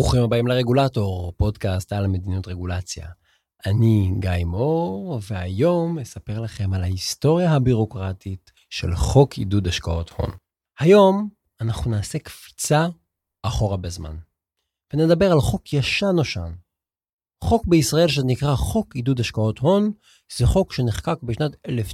ברוכים הבאים לרגולטור, פודקאסט על מדיניות רגולציה. אני גיא מור, והיום אספר לכם על ההיסטוריה הבירוקרטית של חוק עידוד השקעות הון. היום אנחנו נעשה קפיצה אחורה בזמן, ונדבר על חוק ישן נושן. חוק בישראל שנקרא חוק עידוד השקעות הון, זה חוק שנחקק בשנת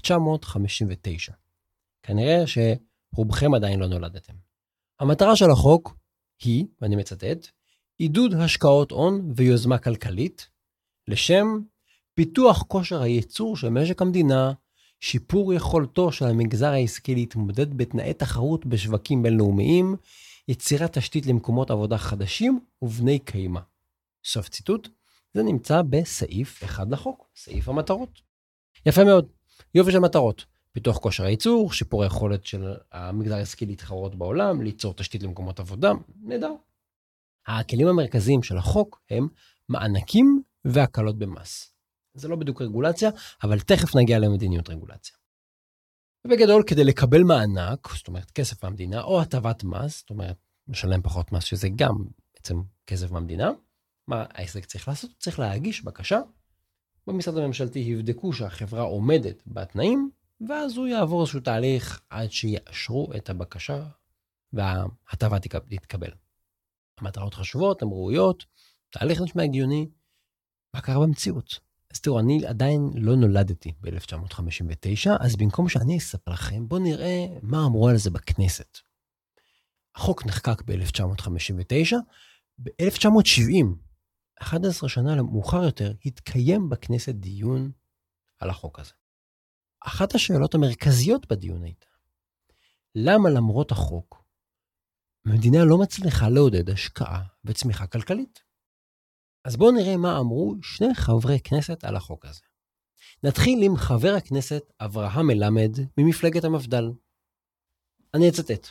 1959. כנראה שרובכם עדיין לא נולדתם. המטרה של החוק היא, ואני מצטט, עידוד השקעות הון ויוזמה כלכלית, לשם פיתוח כושר הייצור של משק המדינה, שיפור יכולתו של המגזר העסקי להתמודד בתנאי תחרות בשווקים בינלאומיים, יצירת תשתית למקומות עבודה חדשים ובני קיימא. סוף ציטוט, זה נמצא בסעיף 1 לחוק, סעיף המטרות. יפה מאוד, יופי של מטרות. פיתוח כושר הייצור, שיפור היכולת של המגזר העסקי להתחרות בעולם, ליצור תשתית למקומות עבודה, נהדר. הכלים המרכזיים של החוק הם מענקים והקלות במס. זה לא בדיוק רגולציה, אבל תכף נגיע למדיניות רגולציה. ובגדול, כדי לקבל מענק, זאת אומרת כסף מהמדינה, או הטבת מס, זאת אומרת משלם פחות מס, שזה גם בעצם כסף מהמדינה, מה העסק צריך לעשות? צריך להגיש בקשה, במשרד הממשלתי יבדקו שהחברה עומדת בתנאים, ואז הוא יעבור איזשהו תהליך עד שיאשרו את הבקשה וההטבה תתקבל. המטרות חשובות, הן ראויות, תהליך נשמע הגיוני, מה קרה במציאות? אז תראו, אני עדיין לא נולדתי ב-1959, אז במקום שאני אספר לכם, בואו נראה מה אמרו על זה בכנסת. החוק נחקק ב-1959, ב-1970, 11 שנה מאוחר יותר, התקיים בכנסת דיון על החוק הזה. אחת השאלות המרכזיות בדיון הייתה, למה למרות החוק, המדינה לא מצליחה לעודד השקעה וצמיחה כלכלית? אז בואו נראה מה אמרו שני חברי כנסת על החוק הזה. נתחיל עם חבר הכנסת אברהם מלמד ממפלגת המפד"ל. אני אצטט.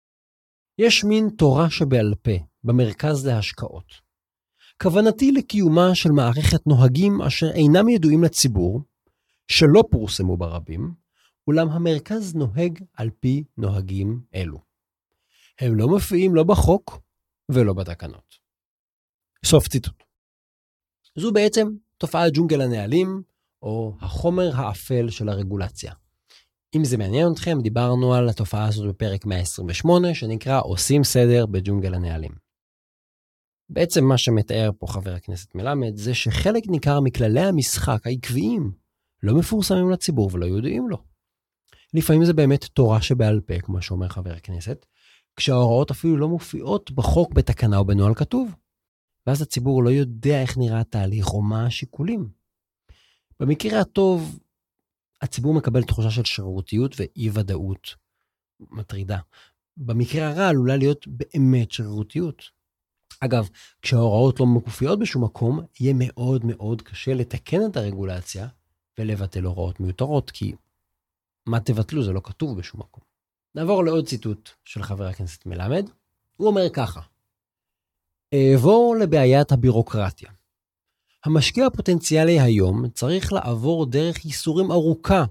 יש מין תורה שבעל פה במרכז להשקעות. כוונתי לקיומה של מערכת נוהגים אשר אינם ידועים לציבור, שלא פורסמו ברבים, אולם המרכז נוהג על פי נוהגים אלו. הם לא מופיעים לא בחוק ולא בתקנות. סוף ציטוט. זו בעצם תופעת ג'ונגל הנהלים, או החומר האפל של הרגולציה. אם זה מעניין אתכם, דיברנו על התופעה הזאת בפרק 128, שנקרא עושים סדר בג'ונגל הנהלים. בעצם מה שמתאר פה חבר הכנסת מלמד, זה שחלק ניכר מכללי המשחק העקביים, לא מפורסמים לציבור ולא יודעים לו. לפעמים זה באמת תורה שבעל פה, כמו שאומר חבר הכנסת, כשההוראות אפילו לא מופיעות בחוק, בתקנה או בנוהל כתוב. ואז הציבור לא יודע איך נראה התהליך או מה השיקולים. במקרה הטוב, הציבור מקבל תחושה של שרירותיות ואי-ודאות מטרידה. במקרה הרע עלולה להיות באמת שרירותיות. אגב, כשההוראות לא מופיעות בשום מקום, יהיה מאוד מאוד קשה לתקן את הרגולציה ולבטל הוראות מיותרות, כי מה תבטלו? זה לא כתוב בשום מקום. נעבור לעוד ציטוט של חבר הכנסת מלמד. הוא אומר ככה, אעבור לבעיית הבירוקרטיה. המשקיע הפוטנציאלי היום צריך לעבור דרך ייסורים ארוכה,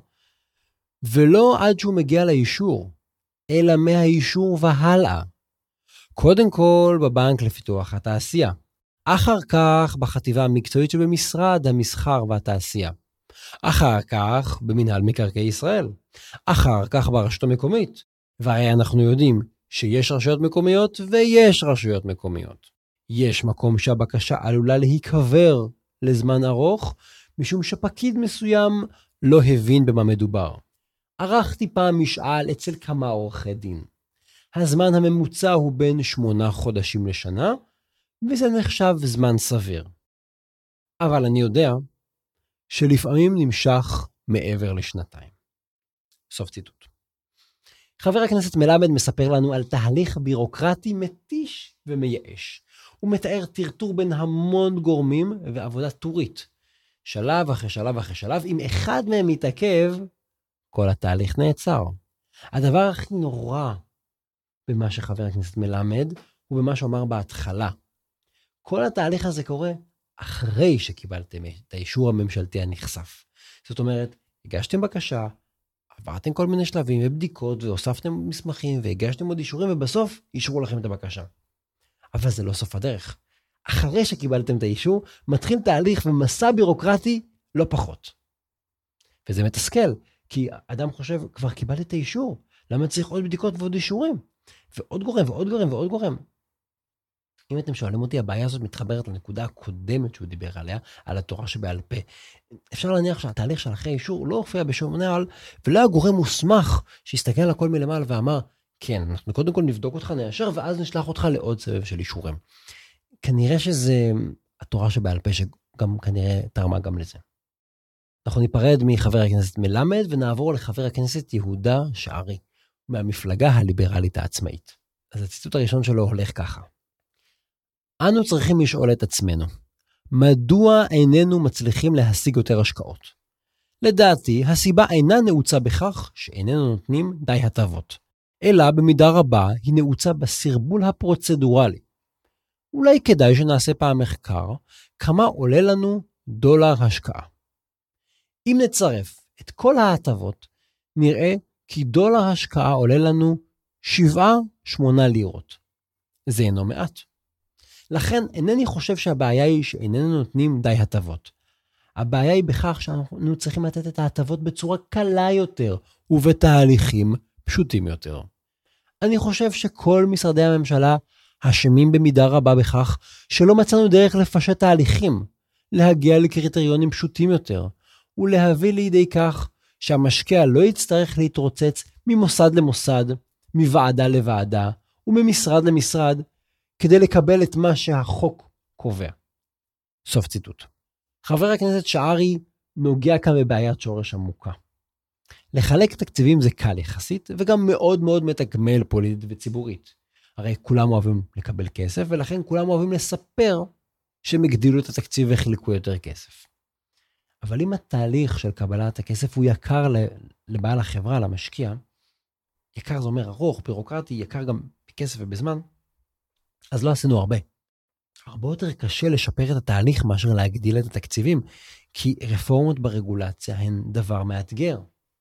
ולא עד שהוא מגיע לאישור, אלא מהאישור והלאה. קודם כל בבנק לפיתוח התעשייה, אחר כך בחטיבה המקצועית שבמשרד המסחר והתעשייה, אחר כך במנהל מקרקעי ישראל, אחר כך ברשות המקומית, והרי אנחנו יודעים שיש רשויות מקומיות ויש רשויות מקומיות. יש מקום שהבקשה עלולה להיקבר לזמן ארוך, משום שפקיד מסוים לא הבין במה מדובר. ערכתי פעם משאל אצל כמה עורכי דין. הזמן הממוצע הוא בין 8 חודשים לשנה, וזה נחשב זמן סביר. אבל אני יודע שלפעמים נמשך מעבר לשנתיים. סוף ציטוט. חבר הכנסת מלמד מספר לנו על תהליך בירוקרטי מתיש ומייאש. הוא מתאר טרטור בין המון גורמים ועבודה טורית. שלב אחרי שלב אחרי שלב, אם אחד מהם מתעכב, כל התהליך נעצר. הדבר הכי נורא במה שחבר הכנסת מלמד, הוא במה שאמר בהתחלה. כל התהליך הזה קורה אחרי שקיבלתם את האישור הממשלתי הנכסף. זאת אומרת, הגשתם בקשה, עברתם כל מיני שלבים ובדיקות, והוספתם מסמכים, והגשתם עוד אישורים, ובסוף אישרו לכם את הבקשה. אבל זה לא סוף הדרך. אחרי שקיבלתם את האישור, מתחיל תהליך ומסע בירוקרטי לא פחות. וזה מתסכל, כי אדם חושב, כבר קיבלתי את האישור, למה צריך עוד בדיקות ועוד אישורים? ועוד גורם ועוד גורם ועוד גורם. אם אתם שואלים אותי, הבעיה הזאת מתחברת לנקודה הקודמת שהוא דיבר עליה, על התורה שבעל פה. אפשר להניח שהתהליך של אחרי אישור לא הופיע בשום נוהל, ולא הגורם מוסמך שהסתכל על הכל מלמעלה ואמר, כן, אנחנו קודם כל נבדוק אותך, נאשר, ואז נשלח אותך לעוד סבב של אישורים. כנראה שזה התורה שבעל פה, שגם כנראה תרמה גם לזה. אנחנו ניפרד מחבר הכנסת מלמד, ונעבור לחבר הכנסת יהודה שערי, מהמפלגה הליברלית העצמאית. אז הציטוט הראשון שלו הולך ככה. אנו צריכים לשאול את עצמנו, מדוע איננו מצליחים להשיג יותר השקעות? לדעתי, הסיבה אינה נעוצה בכך שאיננו נותנים די הטבות, אלא במידה רבה היא נעוצה בסרבול הפרוצדורלי. אולי כדאי שנעשה פעם מחקר, כמה עולה לנו דולר השקעה. אם נצרף את כל ההטבות, נראה כי דולר השקעה עולה לנו 7-8 לירות. זה אינו מעט. לכן אינני חושב שהבעיה היא שאיננו נותנים די הטבות. הבעיה היא בכך שאנחנו צריכים לתת את ההטבות בצורה קלה יותר ובתהליכים פשוטים יותר. אני חושב שכל משרדי הממשלה אשמים במידה רבה בכך שלא מצאנו דרך לפשט תהליכים, להגיע לקריטריונים פשוטים יותר, ולהביא לידי כך שהמשקיע לא יצטרך להתרוצץ ממוסד למוסד, מוועדה לוועדה וממשרד למשרד, כדי לקבל את מה שהחוק קובע. סוף ציטוט. חבר הכנסת שערי נוגע כאן בבעיית שורש עמוקה. לחלק תקציבים זה קל יחסית, וגם מאוד מאוד מתגמל פוליטית וציבורית. הרי כולם אוהבים לקבל כסף, ולכן כולם אוהבים לספר שהם הגדילו את התקציב וחילקו יותר כסף. אבל אם התהליך של קבלת הכסף הוא יקר לבעל החברה, למשקיע, יקר זה אומר ארוך, בירוקרטי, יקר גם בכסף ובזמן, אז לא עשינו הרבה. הרבה יותר קשה לשפר את התהליך מאשר להגדיל את התקציבים, כי רפורמות ברגולציה הן דבר מאתגר.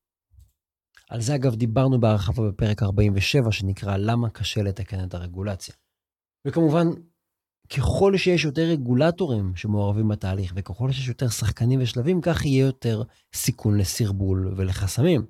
על זה אגב דיברנו בהרחבה בפרק 47 שנקרא למה קשה לתקן את הרגולציה. וכמובן, ככל שיש יותר רגולטורים שמעורבים בתהליך, וככל שיש יותר שחקנים ושלבים, כך יהיה יותר סיכון לסרבול ולחסמים.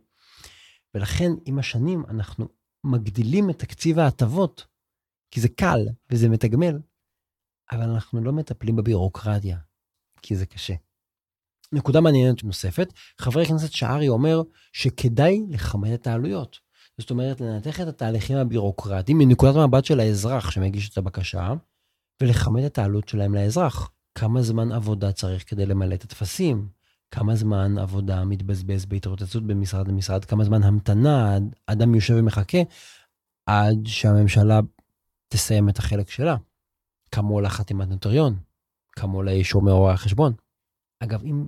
ולכן עם השנים אנחנו מגדילים את תקציב ההטבות, כי זה קל וזה מתגמל, אבל אנחנו לא מטפלים בבירוקרטיה, כי זה קשה. נקודה מעניינת נוספת, חבר הכנסת שערי אומר שכדאי לחמד את העלויות. זאת אומרת, לנתח את התהליכים הבירוקרטיים מנקודת המבט של האזרח שמגיש את הבקשה, ולחמד את העלות שלהם לאזרח. כמה זמן עבודה צריך כדי למלא את הטפסים? כמה זמן עבודה מתבזבז בהתרוצצות במשרד למשרד? כמה זמן המתנה? אדם יושב ומחכה עד שהממשלה תסיים את החלק שלה. כמה עולה חתימת נוטריון? כמה עולה אישור מרואה החשבון? אגב, אם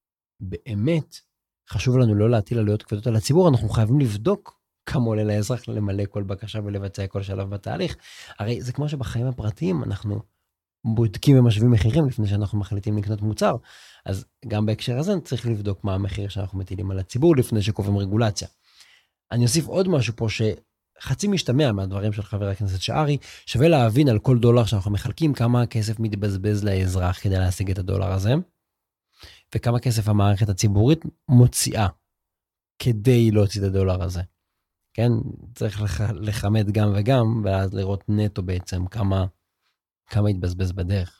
באמת חשוב לנו לא להטיל עלויות כבדות על הציבור, אנחנו חייבים לבדוק כמה עולה לאזרח למלא כל בקשה ולבצע כל שלב בתהליך. הרי זה כמו שבחיים הפרטיים אנחנו בודקים ומשווים מחירים לפני שאנחנו מחליטים לקנות מוצר. אז גם בהקשר הזה צריך לבדוק מה המחיר שאנחנו מטילים על הציבור לפני שקובעים רגולציה. אני אוסיף עוד משהו פה שחצי משתמע מהדברים של חבר הכנסת שערי, שווה להבין על כל דולר שאנחנו מחלקים כמה כסף מתבזבז לאזרח כדי להשיג את הדולר הזה, וכמה כסף המערכת הציבורית מוציאה כדי להוציא את הדולר הזה. כן, צריך לחמד גם וגם, ואז לראות נטו בעצם כמה יתבזבז בדרך.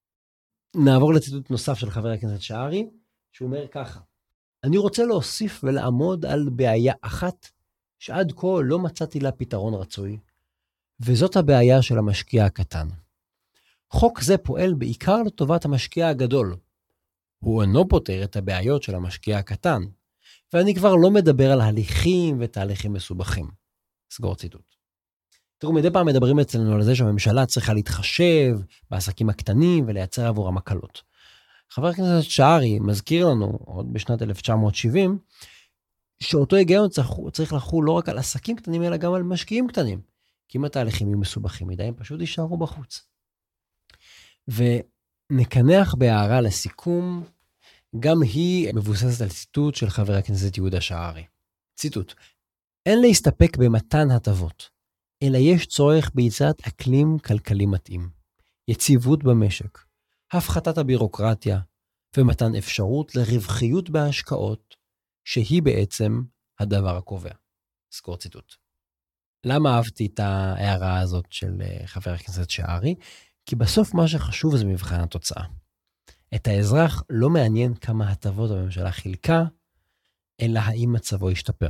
נעבור לציטוט נוסף של חבר הכנסת שערי, שהוא אומר ככה, אני רוצה להוסיף ולעמוד על בעיה אחת, שעד כה לא מצאתי לה פתרון רצוי, וזאת הבעיה של המשקיע הקטן. חוק זה פועל בעיקר לטובת המשקיע הגדול. הוא אינו פותר את הבעיות של המשקיע הקטן, ואני כבר לא מדבר על הליכים ותהליכים מסובכים. סגור ציטוט. תראו, מדי פעם מדברים אצלנו על זה שהממשלה צריכה להתחשב בעסקים הקטנים ולייצר עבורם הקלות. חבר הכנסת שערי מזכיר לנו, עוד בשנת 1970, שאותו היגיון צריך לחול לא רק על עסקים קטנים, אלא גם על משקיעים קטנים. כי אם התהליכים יהיו מסובכים מדי, הם פשוט יישארו בחוץ. ונקנח בהערה לסיכום, גם היא מבוססת על ציטוט של חבר הכנסת יהודה שערי. ציטוט, אין להסתפק במתן הטבות, אלא יש צורך ביצירת אקלים כלכלי מתאים. יציבות במשק, הפחתת הבירוקרטיה ומתן אפשרות לרווחיות בהשקעות, שהיא בעצם הדבר הקובע. סגור ציטוט. למה אהבתי את ההערה הזאת של חבר הכנסת שערי? כי בסוף מה שחשוב זה מבחן התוצאה. את האזרח לא מעניין כמה הטבות הממשלה חילקה, אלא האם מצבו ישתפר.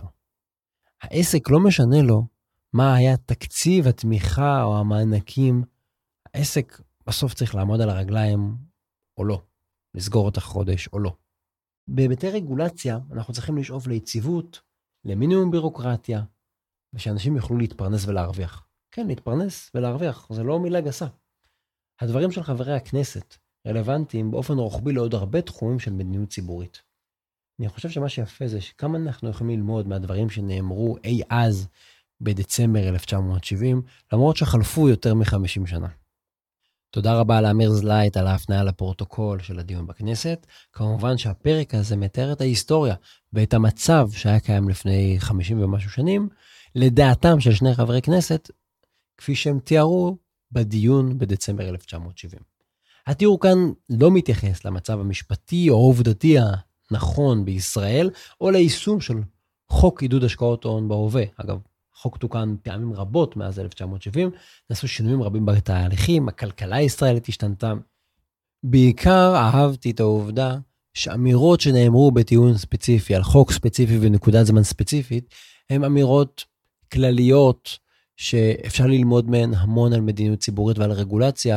העסק לא משנה לו מה היה תקציב התמיכה או המענקים. העסק בסוף צריך לעמוד על הרגליים או לא, לסגור את החודש או לא. בהיבטי רגולציה אנחנו צריכים לשאוף ליציבות, למינימום בירוקרטיה, ושאנשים יוכלו להתפרנס ולהרוויח. כן, להתפרנס ולהרוויח, זה לא מילה גסה. הדברים של חברי הכנסת רלוונטיים באופן רוחבי לעוד הרבה תחומים של מדיניות ציבורית. אני חושב שמה שיפה זה שכמה אנחנו יכולים ללמוד מהדברים שנאמרו אי אז בדצמבר 1970, למרות שחלפו יותר מ-50 שנה. תודה רבה לאמיר זלייט על ההפניה לפרוטוקול של הדיון בכנסת. כמובן שהפרק הזה מתאר את ההיסטוריה ואת המצב שהיה קיים לפני 50 ומשהו שנים, לדעתם של שני חברי כנסת, כפי שהם תיארו בדיון בדצמבר 1970. התיאור כאן לא מתייחס למצב המשפטי או העובדתי הנכון בישראל, או ליישום של חוק עידוד השקעות הון בהווה. אגב, החוק תוקן פעמים רבות מאז 1970, נעשו שינויים רבים בתהליכים, הכלכלה הישראלית השתנתה. בעיקר אהבתי את העובדה שאמירות שנאמרו בטיעון ספציפי, על חוק ספציפי ונקודת זמן ספציפית, הן אמירות כלליות שאפשר ללמוד מהן המון על מדיניות ציבורית ועל רגולציה,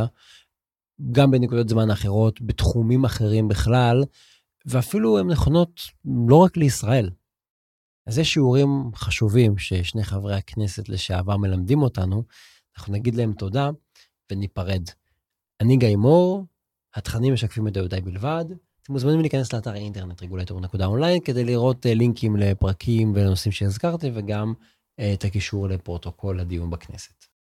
גם בנקודות זמן אחרות, בתחומים אחרים בכלל, ואפילו הן נכונות לא רק לישראל. אז זה שיעורים חשובים ששני חברי הכנסת לשעבר מלמדים אותנו, אנחנו נגיד להם תודה וניפרד. אני גיא מור, התכנים משקפים את דעותיי בלבד, אתם מוזמנים להיכנס לאתר האינטרנט regulator.online כדי לראות לינקים לפרקים ולנושאים שהזכרתי, וגם את הקישור לפרוטוקול הדיון בכנסת.